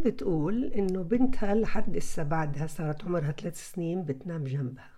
الأم بتقول إنه بنتها لحد إسا بعدها صارت عمرها 3 سنين بتنام جنبها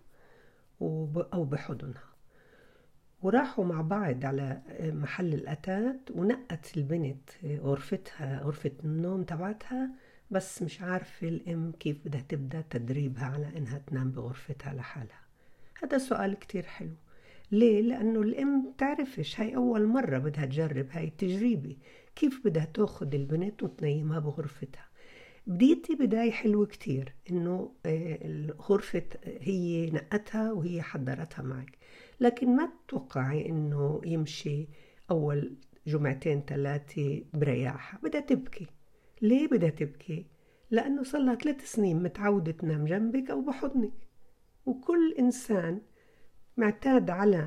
أو بحضنها، وراحوا مع بعض على محل الأتات ونقت البنت غرفتها، غرفة النوم تبعتها، بس مش عارفة الأم كيف بدها تبدأ تدريبها على إنها تنام بغرفتها لحالها. هذا سؤال كتير حلو. ليه؟ لأنه الأم بتعرفش، هاي أول مرة بدها تجرب هاي التجربة، كيف بدها تاخد البنت وتنيمها بغرفتها. بديتي بداية حلوة كتير إنه الغرفة هي نقتها وهي حضرتها معك، لكن ما تتوقعي إنه يمشي أول جمعتين 3 برياحة. بدها تبكي. ليه بدها تبكي؟ لأنه صار لها 3 سنين متعودة تنام جنبك أو بحضنك، وكل إنسان معتاد على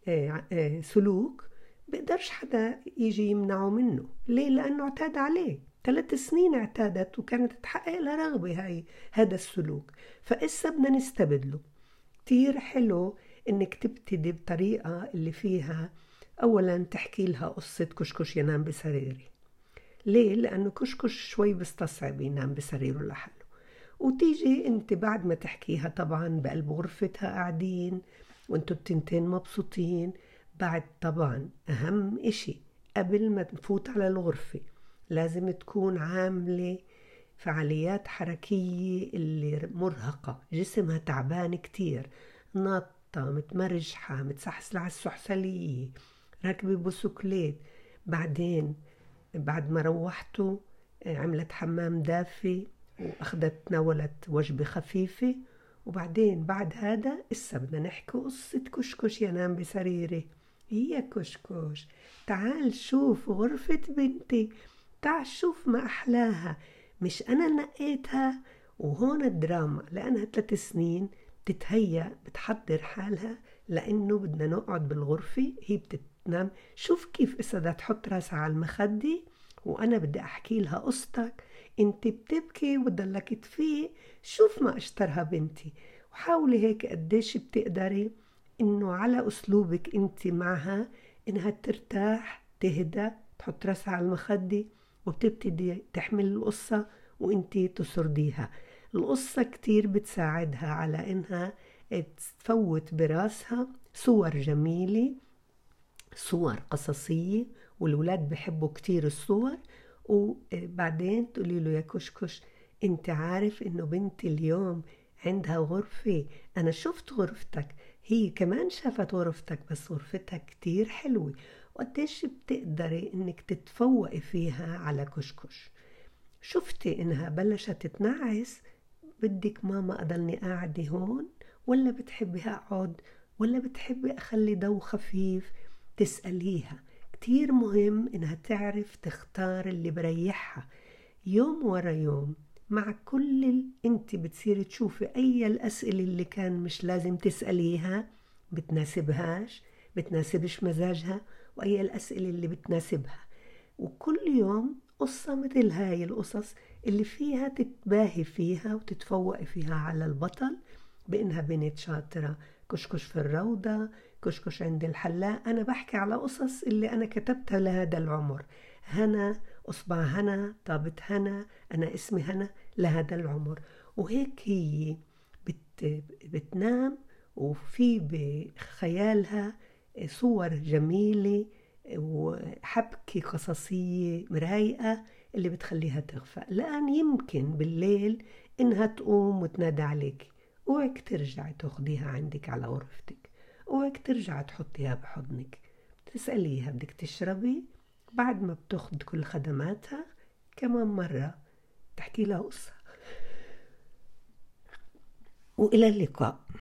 سلوك بقدرش حدا يجي يمنعه منه. ليه؟ لأنه اعتاد عليه 3 سنين، اعتادت وكانت تحقق لها رغبة هذا السلوك، فإسا بدنا نستبدله. كتير حلو إنك تبتدي بطريقة اللي فيها أولا تحكي لها قصة كشكش ينام بسريري. ليه؟ لأنه كشكش شوي بستصعب ينام بسريره لحاله، وتيجي انت بعد ما تحكيها طبعا بقلب غرفتها قاعدين وانتوا التنتين مبسوطين. بعد طبعا اهم اشي قبل ما تفوت على الغرفة لازم تكون عاملة فعاليات حركية، اللي مرهقة جسمها تعبان كتير، نطة، متمرجحة، متسحسلة على السحسلية، راكبة بوسكليت. بعدين بعد ما روحتوا عملت حمام دافي وأخذت تناولت وجبة خفيفة، وبعدين بعد هذا إسا بدنا نحكي قصة كشكش ينام بسريري. هي كشكش، تعال شوف غرفة بنتي، تعال شوف ما أحلاها، مش أنا نقيتها. وهون الدراما، لأنها 3 سنين بتتهيأ بتحضر حالها لأنه بدنا نقعد بالغرفة، هي بتتنام. شوف كيف إسا بدها تحط راسها على المخدة وأنا بدي أحكي لها قصتك، انت بتبكي وبدلك تفيق، شوف ما اشترها بنتي. وحاولي هيك قديش بتقدري انه على اسلوبك انت معها انها ترتاح، تهدى، تحط راسها على المخدة، وبتبتدي تحمل القصة وانت تسرديها. القصة كتير بتساعدها على انها تفوت براسها صور جميلة، صور قصصية، والولاد بحبوا كتير الصور. وبعدين تقولي له يا كشكش، انت عارف انه بنتي اليوم عندها غرفة، انا شفت غرفتك، هي كمان شافت غرفتك، بس غرفتها كتير حلوة. وقديش بتقدري انك تتفوقي فيها على كشكش. شفتي انها بلشت تنعس، بدك ماما اضلني قاعدة هون ولا بتحبي اقعد ولا بتحبي اخلي ضو خفيف؟ تسأليها. كتير مهم انها تعرف تختار اللي بريحها. يوم ورا يوم مع كل انت بتصير تشوفي اي الاسئلة اللي كان مش لازم تسأليها بتناسبهاش، بتناسبش مزاجها، واي الاسئلة اللي بتناسبها. وكل يوم قصة مثل هاي القصص اللي فيها تتباهي فيها وتتفوقي فيها على البطل بإنها بنت شاطرة. كشكش في الروضة، كشكش عند الحلاق. أنا بحكي على قصص اللي أنا كتبتها لهذا العمر. هنا، أصبع هنا، طابت هنا، أنا اسمي هنا، لهذا العمر. وهيك هي بتنام وفي بخيالها صور جميلة وحبكة قصصية مرايقة اللي بتخليها تغفى. لأن يمكن بالليل إنها تقوم وتنادى عليك، اوعك ترجعي تاخديها عندك على غرفتك، اوعك ترجعي تحطيها بحضنك. تسأليها بدك تشربي، بعد ما بتاخد كل خدماتها كمان مرة تحكي لها قصة. وإلى اللقاء.